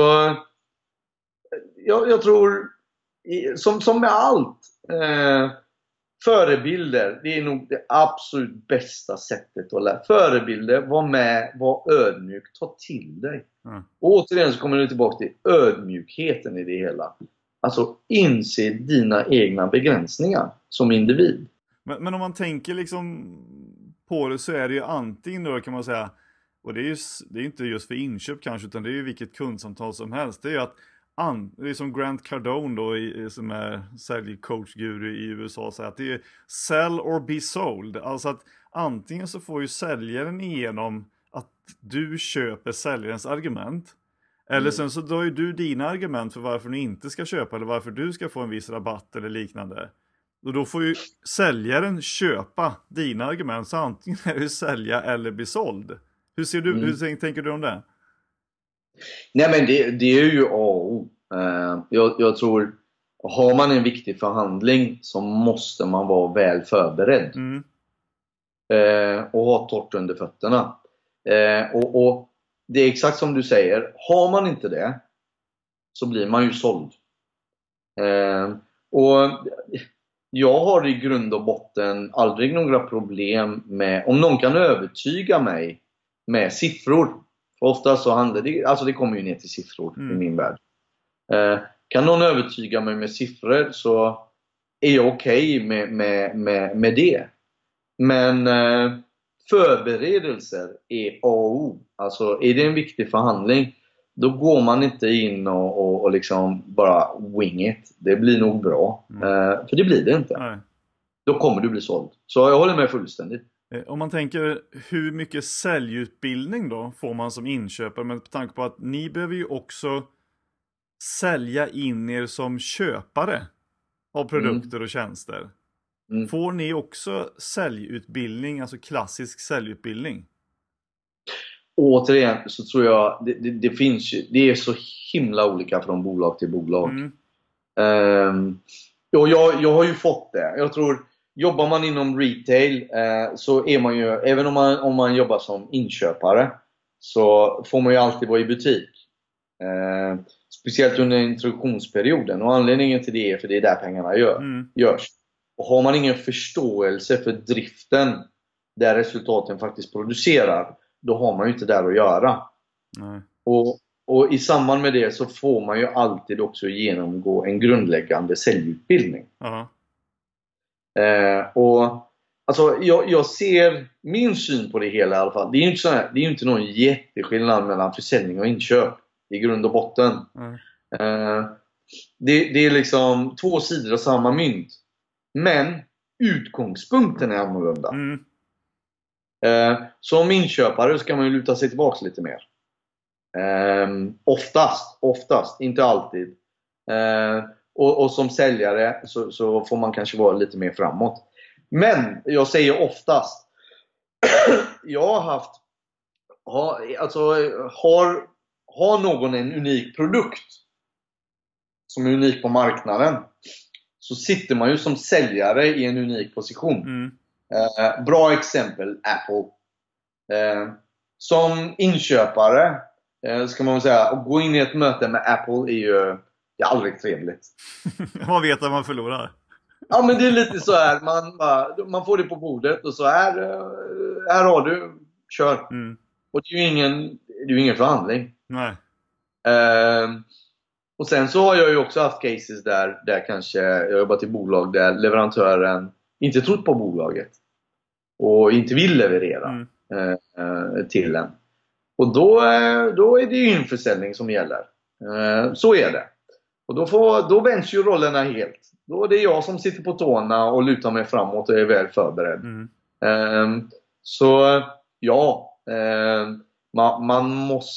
jag tror som med allt, Förebilder, det är nog det absolut bästa sättet att lära. Förebilder, var med, var ödmjuk, ta till dig. Och återigen så kommer du tillbaka till ödmjukheten i det hela. Alltså inse dina egna begränsningar som individ. Men om man tänker liksom på det, så är det ju antingen då, kan man säga, och det är inte just för inköp kanske, utan det är ju vilket kundsamtal som helst. Det är ju att det är som Grant Cardone då, som är säljcoachguru i USA, säger att det är sell or be sold. Alltså att antingen så får ju säljaren igenom att du köper säljarens argument. Eller sen så drar ju du dina argument för varför du inte ska köpa, eller varför du ska få en viss rabatt eller liknande. Och då får ju säljaren köpa dina argument, så antingen är det sälja eller bli såld. Hur ser du, hur tänker du om det? Nej, men det är ju A och O. Jag tror, har man en viktig förhandling så måste man vara väl förberedd. Och ha torrt under fötterna. Och det är exakt som du säger. Har man inte det, så blir man ju såld. Och jag har i grund och botten aldrig några problem med, om någon kan övertyga mig med siffror. För ofta så handlar det, alltså det kommer ju ner till siffror i min värld. Kan någon övertyga mig med siffror, så är jag okej med det. Men förberedelser är A och O. Alltså är det en viktig förhandling, då går man inte in och liksom bara wing it. Det blir nog bra. För det blir det inte. Nej. Då kommer du bli såld. Så jag håller med fullständigt. Om man tänker, hur mycket säljutbildning då får man som inköpare, med tanke på att ni behöver ju också sälja in er som köpare av produkter och tjänster. Får ni också säljutbildning, alltså klassisk säljutbildning? Återigen så tror jag det finns ju, det är så himla olika från bolag till bolag. Jag har ju fått det. Jag tror, jobbar man inom retail så är man ju, även om man jobbar som inköpare, så får man ju alltid vara i butik. Speciellt under introduktionsperioden. Och anledningen till det är för det är där pengarna görs. Och har man ingen förståelse för driften där resultaten faktiskt producerar, då har man ju inte där att göra. Nej. Och i samband med det så får man ju alltid också genomgå en grundläggande säljutbildning. Och alltså jag ser min syn på det hela i alla fall. Det är ju inte någon jätteskillnad mellan försäljning och inköp i grund och botten. Det är liksom två sidor av samma mynt. Men utgångspunkten är annorlunda. Som inköpare så kan man ju luta sig tillbaka lite mer. Oftast, inte alltid. Och som säljare så får man kanske vara lite mer framåt. Men jag säger oftast. Jag har har någon en unik produkt som är unik på marknaden, så sitter man ju som säljare i en unik position. Bra exempel, Apple. Som inköpare ska man säga, att gå in i ett möte med Apple är ju aldrig trevligt. Man vet att man förlorar. Ja, men det är lite så här, man får det på bordet och så här har du, kör. Och det är ju ingen förhandling. Nej. Och sen så har jag ju också haft cases där kanske jag jobbat i bolag där leverantören inte trott på bolaget och inte vill leverera till en. Och då är det ju en försäljning som gäller. Så är det. Och då vänds ju rollerna helt. Då är det jag som sitter på tårna och lutar mig framåt och är väl förberedd. Så ja, man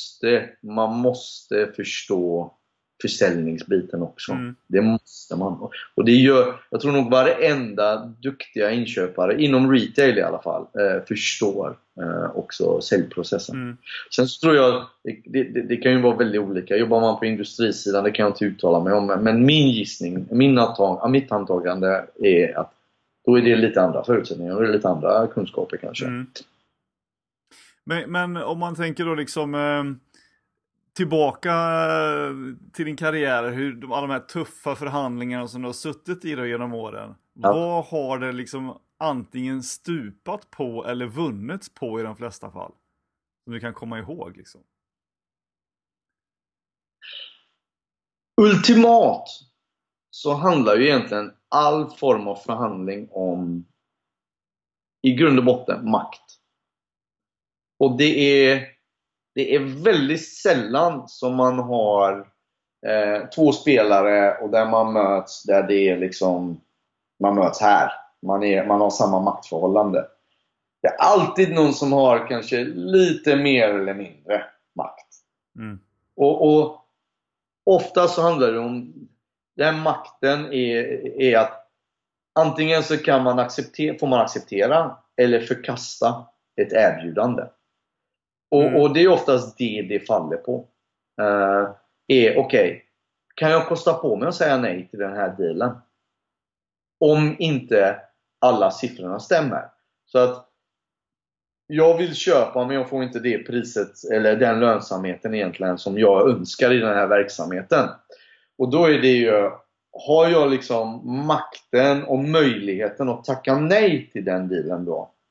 måste förstå försäljningsbiten också. Det måste man. Och det gör, jag tror nog varenda duktiga inköpare inom retail i alla fall förstår också säljprocessen. Sen så tror jag det kan ju vara väldigt olika. Jobbar man på industrisidan, det kan jag inte uttala mig om, men min gissning, mitt antagande är att då är det lite andra förutsättningar och lite andra kunskaper kanske. Men om man tänker då liksom tillbaka till din karriär, alla de här tuffa förhandlingarna som du har suttit i då genom åren. Ja. Vad har det liksom antingen stupat på eller vunnits på i de flesta fall? Som du kan komma ihåg liksom. Ultimat så handlar ju egentligen all form av förhandling om, i grund och botten, makt. Och det är väldigt sällan som man har två spelare och där man möts, där det är liksom, man möts här. Man har samma maktförhållande. Det är alltid någon som har kanske lite mer eller mindre makt. Mm. Och ofta så handlar det om, den makten är att antingen så kan man får man acceptera eller förkasta ett erbjudande. Och det är oftast det faller på. Okej, kan jag kosta på mig att säga nej till den här dealen? Om inte alla siffrorna stämmer. Så att jag vill köpa, men jag får inte det priset eller den lönsamheten egentligen som jag önskar i den här verksamheten. Och då är det ju, har jag liksom makten och möjligheten att tacka nej till den dealen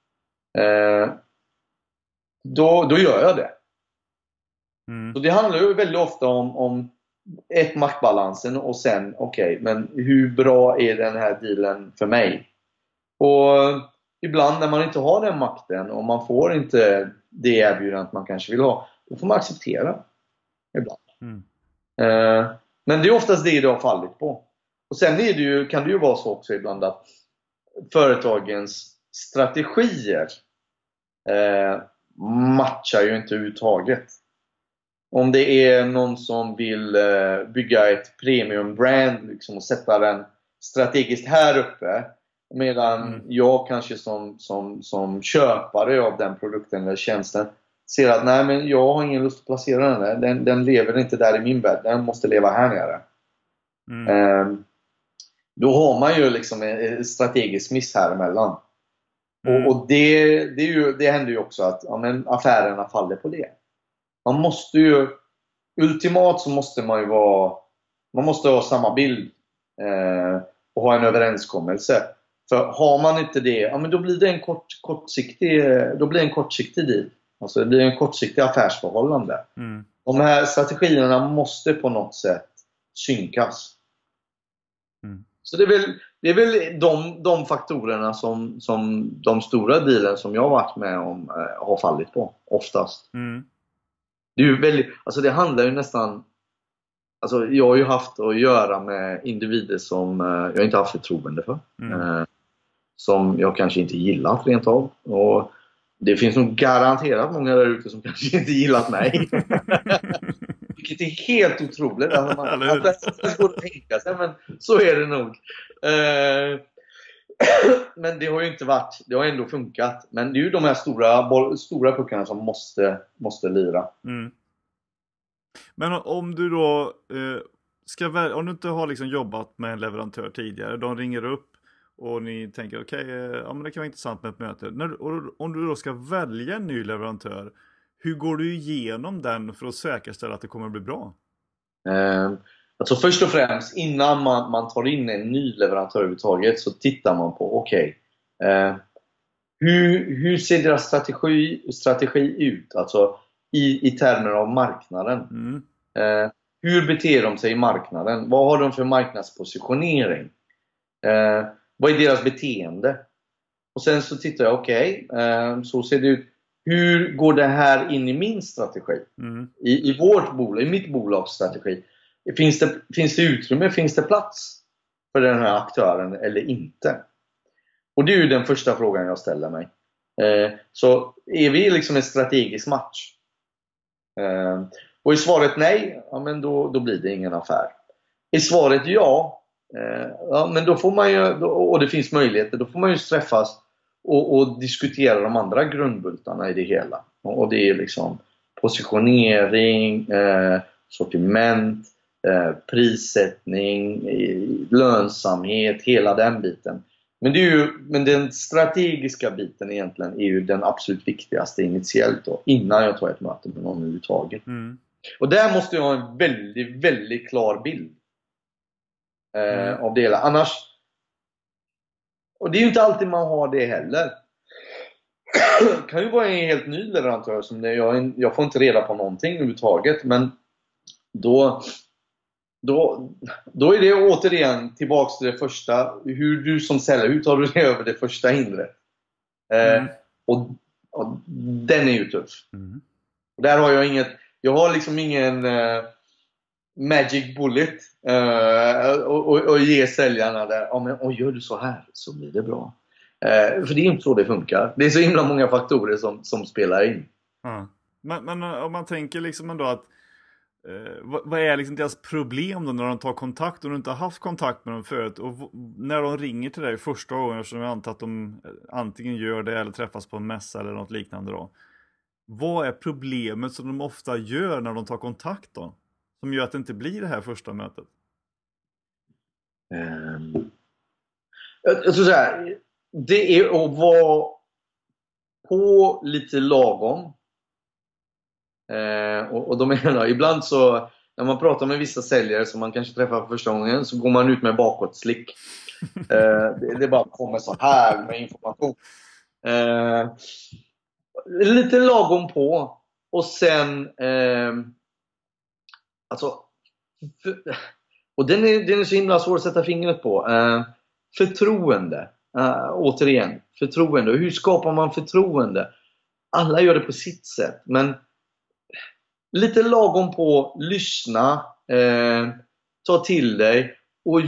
då gör jag det. Så det handlar ju väldigt ofta om ett, maktbalansen, och sen men hur bra är den här dealen för mig? Och ibland när man inte har den makten och man får inte det erbjudandet man kanske vill ha, då får man acceptera ibland. Men det är oftast det har fallit på. Och sen kan det ju vara så också ibland att företagens strategier matchar ju inte uttaget. Om det är någon som vill bygga ett premium brand liksom, och sätta den strategiskt här uppe, medan jag kanske som köpare av den produkten eller tjänsten ser att nej, men jag har ingen lust att placera den där. Den lever inte där i min värld. Den måste leva här nere. Då har man ju liksom en strategisk miss här emellan. Och det händer ju också att affärerna faller på det. Man måste ju, ultimat så måste man ju man måste ha samma bild och ha en överenskommelse. För har man inte det, då blir det en kortsiktig deal. Alltså det blir en kortsiktig affärsförhållande. De här strategierna måste på något sätt synkas. Så det är väl de faktorerna som de stora dealen som jag har varit med om har fallit på oftast. Det är ju väldigt, alltså det handlar ju nästan, alltså jag har ju haft att göra med individer som jag inte haft förtroende för. Som jag kanske inte gillat rent av. Och det finns nog garanterat många där ute som kanske inte gillat mig. Vilket är helt otroligt. Alltså det går att tänka sig, men så är det nog. Men det har ju inte varit, det har ändå funkat. Men det är ju de här stora puckarna som måste lira. Men om du då om du inte har liksom jobbat med en leverantör tidigare, de ringer upp och ni tänker men det kan vara intressant med ett möte. Om du då ska välja en ny leverantör, hur går du igenom den för att säkerställa att det kommer att bli bra? Alltså först och främst, innan man tar in en ny leverantör överhuvudtaget, så tittar man på hur ser deras strategi ut? Alltså i termer av marknaden. Hur beter de sig i marknaden? Vad har de för marknadspositionering? Vad är deras beteende? Och sen så tittar jag, så ser det ut. Hur går det här in i min strategi? I vårt bolag, i mitt bolags strategi. Finns det utrymme, finns det plats för den här aktören eller inte? Och det är ju den första frågan jag ställer mig. Så är vi liksom en strategisk match? Och är svaret nej, men då blir det ingen affär. Är svaret ja, men då får man ju, och det finns möjligheter, då får man ju träffas och diskutera de andra grundbultarna i det hela. Och det är liksom positionering, sortiment, prissättning, lönsamhet, hela den biten. Men den strategiska biten egentligen är ju den absolut viktigaste initiellt då, innan jag tar ett möte med någon överhuvudtaget. Och där måste jag ha en väldigt, väldigt klar bild av det hela. Annars, och det är ju inte alltid man har det heller. Det kan ju vara en helt ny leverantör som jag får inte reda på någonting överhuvudtaget, men då är det återigen tillbaks till det första, hur du som säljare, hur tar du dig över det första hindret? Och den är ju tuff. Där har jag har liksom ingen magic bullet och ge säljarna där, men gör du så här så blir det bra. För det är inte så det funkar. Det är så himla många faktorer som spelar in. Men om man tänker liksom ändå att vad är liksom deras problem då när de tar kontakt och du inte har haft kontakt med dem förut, och när de ringer till dig första gången, eftersom jag antar att de antingen gör det eller träffas på en mässa eller något liknande då. Vad är problemet som de ofta gör när de tar kontakt då? Som gör att det inte blir det här första mötet? Jag tror så här, det är att vara på lite lagom. Och de menar, ibland så när man pratar med vissa säljare som man kanske träffar för första gången, så går man ut med bakåtslick. Det bara kommer så här med information. Lite lagom på. Och sen och den är så himla svår att sätta fingret på. Förtroende. Återigen, förtroende. Hur skapar man förtroende? Alla gör det på sitt sätt, men lite lagom på, lyssna, ta till dig och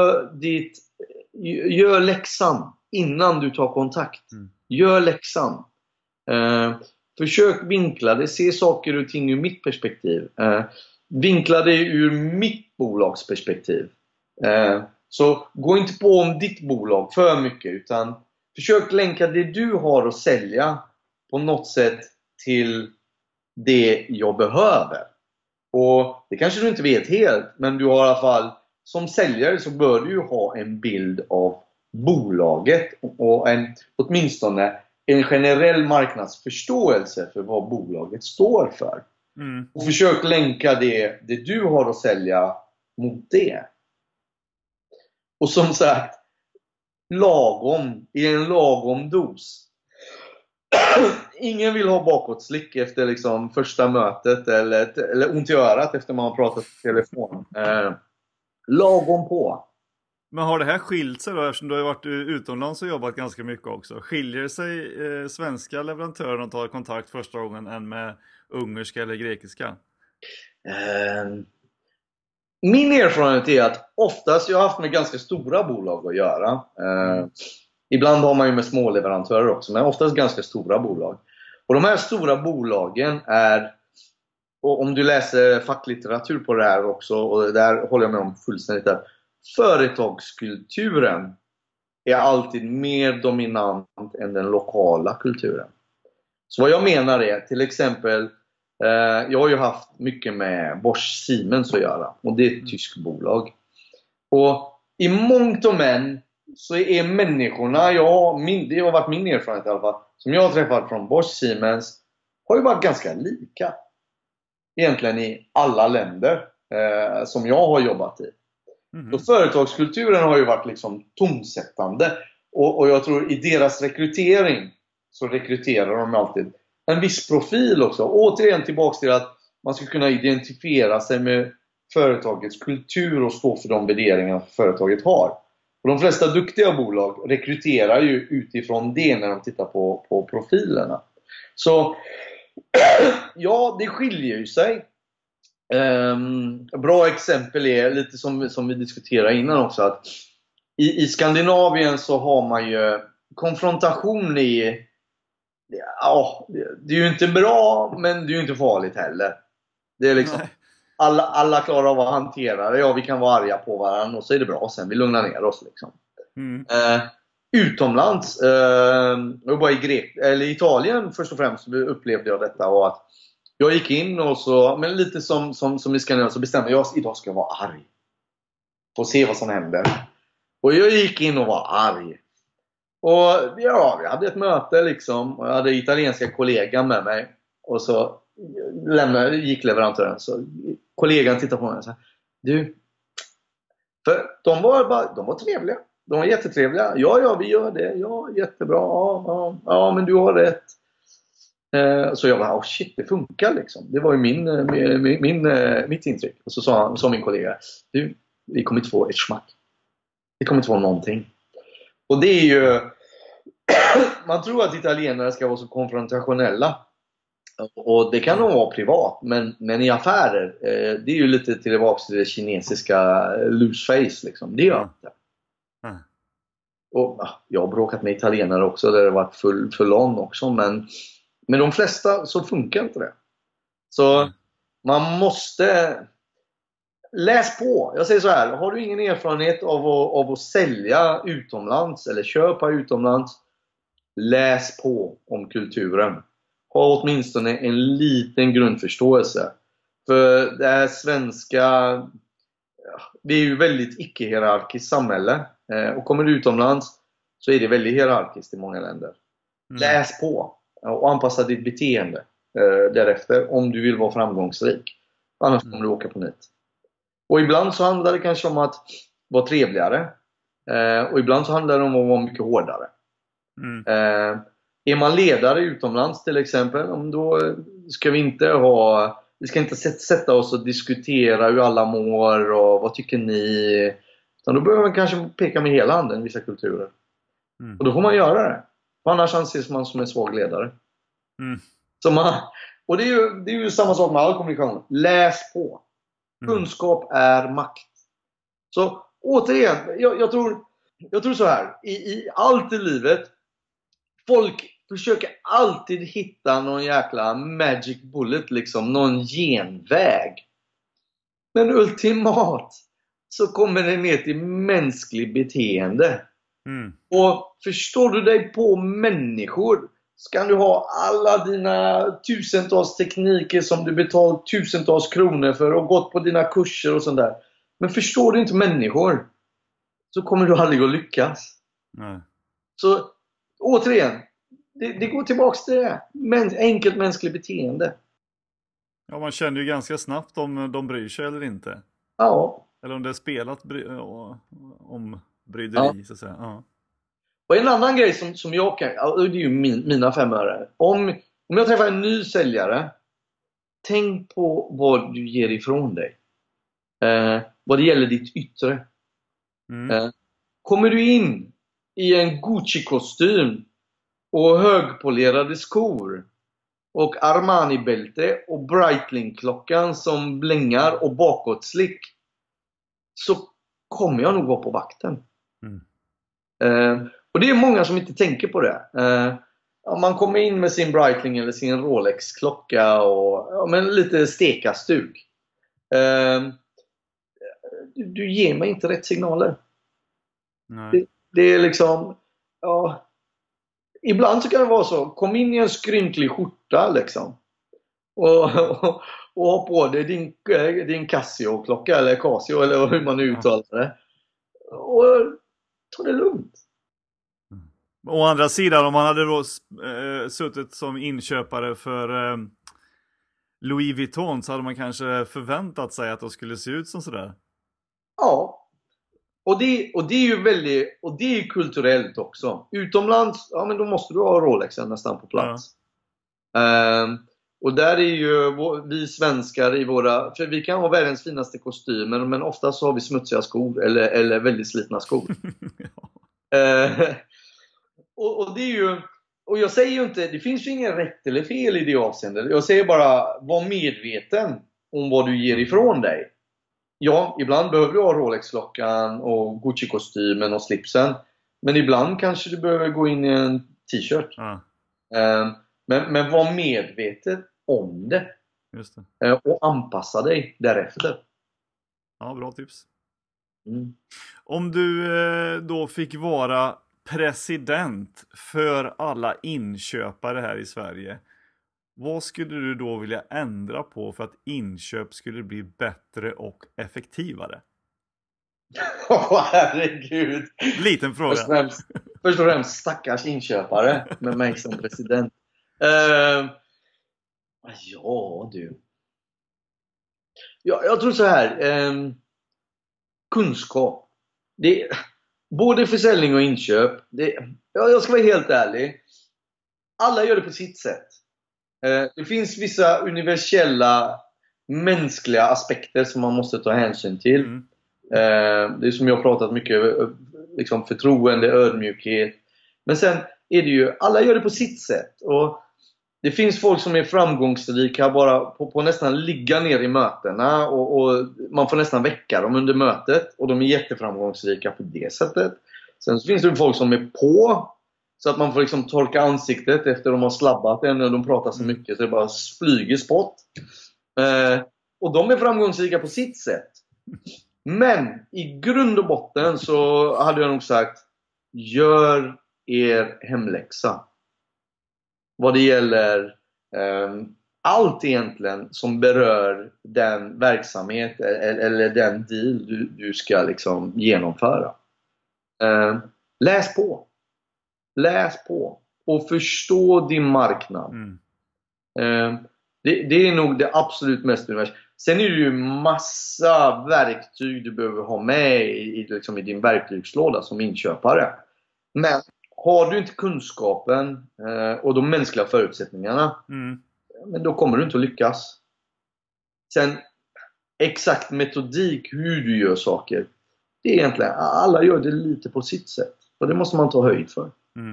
gör läxan innan du tar kontakt. Gör läxan. Försök vinkla det, se saker och ting ur mitt perspektiv. Vinkla det ur mitt bolags perspektiv. Så gå inte på om ditt bolag för mycket, utan försök länka det du har att sälja på något sätt till det jag behöver. Och det kanske du inte vet helt, men du har i alla fall, som säljare så bör du ju ha en bild av bolaget och åtminstone en generell marknadsförståelse för vad bolaget står för. Och försök länka det du har att sälja mot det. Och som sagt, lagom, i en lagom dos. Ingen vill ha bakåtslick efter liksom första mötet eller ont i örat efter man har pratat på telefon. Lagom på. Men har det här skilt sig då, eftersom du har varit utomlands och jobbat ganska mycket också? Skiljer sig svenska leverantörer att ta kontakt första gången än med ungerska eller grekiska? Min erfarenhet är att oftast, jag har haft med ganska stora bolag att göra. Ibland har man ju med små leverantörer också, men oftast ganska stora bolag. Och de här stora bolagen är, och om du läser facklitteratur på det här också, och där håller jag med om fullständigt där, företagskulturen är alltid mer dominant än den lokala kulturen. Så vad jag menar är, till exempel, jag har ju haft mycket med Bosch Siemens att göra, och det är ett tyskt bolag. Och i mångt och men så är människorna, det har varit min erfarenhet i alla fall, som jag har träffat från Bosch Siemens, har ju varit ganska lika egentligen i alla länder som jag har jobbat i. Så företagskulturen har ju varit liksom tonsättande, och jag tror i deras rekrytering så rekryterar de alltid en viss profil också. Återigen tillbaks till att man ska kunna identifiera sig med företagets kultur och stå för de värderingar företaget har. Och de flesta duktiga bolag rekryterar ju utifrån det när de tittar på profilerna. Så ja, det skiljer ju sig. Bra exempel är lite som vi diskuterade innan också, att i Skandinavien så har man ju konfrontation det är ju inte bra, men det är ju inte farligt heller. Det är liksom alla klarar av att hantera det. Ja, vi kan vara arga på varandra och så är det bra, sen vi lugnar ner oss liksom. Utomlands, jag var i Italien först och främst, upplevde jag detta, och att jag gick in och så, men lite som i Skandinavien, så bestämde jag att idag ska jag vara arg. Få se vad som händer. Och jag gick in och var arg. Och ja, vi hade ett möte liksom, och jag hade italienska kollegan med mig. Och så gick leverantören. Så kollegan tittade på mig och sa, du, för de var trevliga. De var jättetrevliga. Ja, vi gör det. Ja, jättebra. Ja, men du har rätt. Så jag bara, shit, det funkar liksom. Det var ju mitt intryck. Och så sa min kollega, du, vi kommer inte få ett smack. Vi kommer inte få någonting. Och det är ju man tror att italienare ska vara så konfrontationella. Och det kan nog vara privat, men i affärer, det är ju lite tillbaka till det kinesiska loose face liksom. Det gör jag inte. Och jag har bråkat med italienare också, där det har varit full on också, men med de flesta så funkar inte det. Så man måste läs på. Jag säger så här, har du ingen erfarenhet av att sälja utomlands eller köpa utomlands, läs på om kulturen. Ha åtminstone en liten grundförståelse. För det här svenska, det är ju väldigt icke-hierarkiskt samhälle. Och kommer du utomlands så är det väldigt hierarkiskt i många länder. Läs på och anpassa ditt beteende därefter om du vill vara framgångsrik. Annars kommer du åka på nit. Och ibland så handlar det kanske om att vara trevligare. Och ibland så handlar det om att vara mycket hårdare. Är man ledare utomlands till exempel, då ska vi ska inte sätta oss och diskutera hur alla mår och vad tycker ni. Utan då behöver man kanske peka med hela handen i vissa kulturer. Och då får man göra det. Annars anses man som en svag ledare. Och det är ju samma sak med all kommunikation. Läs på. Kunskap är makt. Så återigen, jag tror så här. I allt i livet, folk försöker alltid hitta någon jäkla magic bullet, liksom någon genväg. Men ultimat så kommer det ner till mänsklig beteende. Och förstår du dig på människor, ska du ha alla dina tusentals tekniker som du betalat tusentals kronor för och gått på dina kurser och sånt där. Men förstår du inte människor, så kommer du aldrig att lyckas. Så återigen, det går tillbaks till det. Enkelt mänskligt beteende. Ja, man känner ju ganska snabbt om de bryr sig eller inte. Ja. Eller om det är spelat om bryderi, så att säga. Ja. Och en annan grej som jag kan, det är ju mina 5 öre. Om jag träffar en ny säljare, tänk på vad du ger ifrån dig. Vad det gäller ditt yttre. Kommer du in i en Gucci-kostym och högpolerade skor och Armani-bälte och Breitling-klockan som blängar och bakåtslick, så kommer jag nog vara på vakten. Och det är många som inte tänker på det. Man kommer in med sin Breitling eller sin Rolex-klocka och men lite stekastug. Du ger mig inte rätt signaler. Det är liksom, ibland så kan det vara så. Kom in i en skrynklig skjorta liksom. Och ha på dig din Casio-klocka eller Casio eller hur man uttalar det. Och ta det lugnt. Å andra sidan, om man hade då suttit som inköpare för Louis Vuitton, så hade man kanske förväntat sig att de skulle se ut som sådär. Ja. Och det är ju väldigt, och det är kulturellt också. Utomlands, men då måste du ha Rolexen nästan på plats. Och där är ju vi svenskar i våra, för vi kan ha världens finaste kostymer, men ofta så har vi smutsiga skor eller väldigt slitna skor. Och det är ju, och jag säger ju inte, det finns ju ingen rätt eller fel i det avseendet. Jag säger bara, var medveten om vad du ger ifrån dig. Ja, ibland behöver du ha Rolex-klockan och Gucci-kostymen och slipsen. Men ibland kanske du behöver gå in i en t-shirt. Men var medveten om det. Just det. Och anpassa dig därefter. Ja, bra tips. Om du då fick vara president för alla inköpare här i Sverige, vad skulle du då vilja ändra på för att inköp skulle bli bättre och effektivare? Herregud. Liten fråga. Först och främst stackars inköpare med mig som president. Ja, du. Jag tror så här. Kunskap. Både försäljning och inköp. Jag ska vara helt ärlig. Alla gör det på sitt sätt. Det finns vissa universella mänskliga aspekter som man måste ta hänsyn till. Mm. Det är som jag har pratat mycket liksom förtroende, ödmjukhet. Men sen är det ju, alla gör det på sitt sätt. Och det finns folk som är framgångsrika bara på nästan ligga ner i mötena. Och man får nästan väcka dem under mötet. Och de är jätteframgångsrika på det sättet. Sen så finns det folk som är på. Så att man får liksom torka ansiktet efter de har slabbat när de pratar så mycket. Så det bara flyger spott. Och de är framgångsrika på sitt sätt. Men i grund och botten så hade jag nog sagt: gör er hemläxa. Vad det gäller allt egentligen som berör den verksamhet eller den deal du ska liksom genomföra. Läs på. Läs på. Och förstå din marknad. Det är nog det absolut mest universella. Sen är det ju massa verktyg du behöver ha med i din verktygslåda som inköpare. Men har du inte kunskapen och de mänskliga förutsättningarna, men då kommer du inte att lyckas. Sen exakt metodik hur du gör saker, det är egentligen, alla gör det lite på sitt sätt. Och det måste man ta höjd för.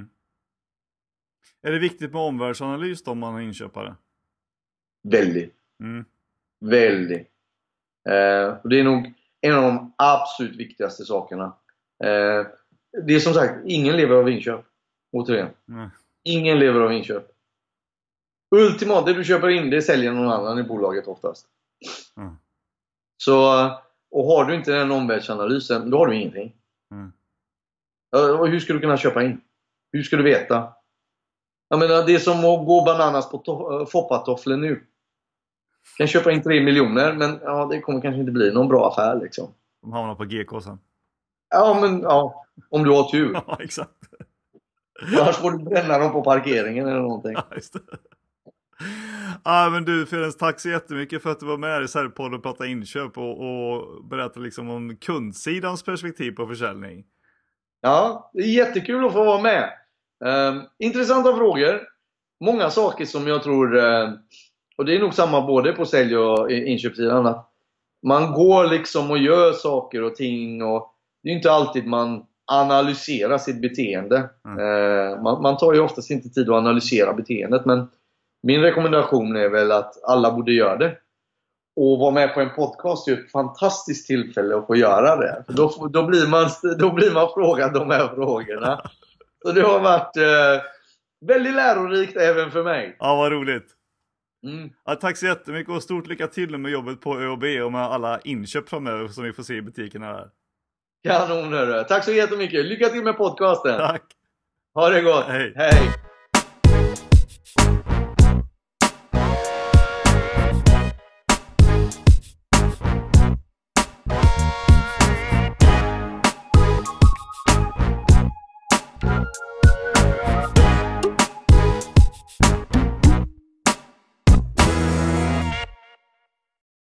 Är det viktigt med omvärldsanalys då om man är inköpare? Väldigt. Väldigt. Och det är nog en av de absolut viktigaste sakerna. Det är som sagt, ingen lever av inköp. Återigen. Ingen lever av inköp. Ultimat, det du köper in, det säljer någon annan i bolaget oftast. Så, och har du inte den omvärldsanalysen, då har du ingenting. Och hur ska du kunna köpa in? Hur ska du veta? Jag menar, det är som att gå bananas på foppatofflor nu. Kan köpa in 3 miljoner, men ja, det kommer kanske inte bli någon bra affär liksom. De hamnar på GK sen. Ja, om du har tur. Ja, exakt. Annars får du bränna dem på parkeringen eller någonting. Ja, just det. Men du Ferenc, tack så jättemycket för att du var med i Säljpodden och pratade inköp och berättade liksom om kundsidans perspektiv på försäljning. Ja, det är jättekul att få vara med. Intressanta frågor. Många saker som jag tror, och det är nog samma både på sälj- och inköpssidan, att man går liksom och gör saker och ting, och det är inte alltid man analyserar sitt beteende. Man tar ju oftast inte tid att analysera beteendet, men min rekommendation är väl att alla borde göra det. Och vara med på en podcast är ett fantastiskt tillfälle att få göra det. För då blir man frågad de här frågorna. Så det har varit väldigt lärorikt även för mig. Ja, vad roligt. Ja, tack så jättemycket och stort lycka till med jobbet på ÖoB och med alla inköp framöver som vi får se i butikerna här. Kanon, hörru. Tack så jättemycket. Lycka till med podcasten. Tack. Ha det gott. Hej. Hej.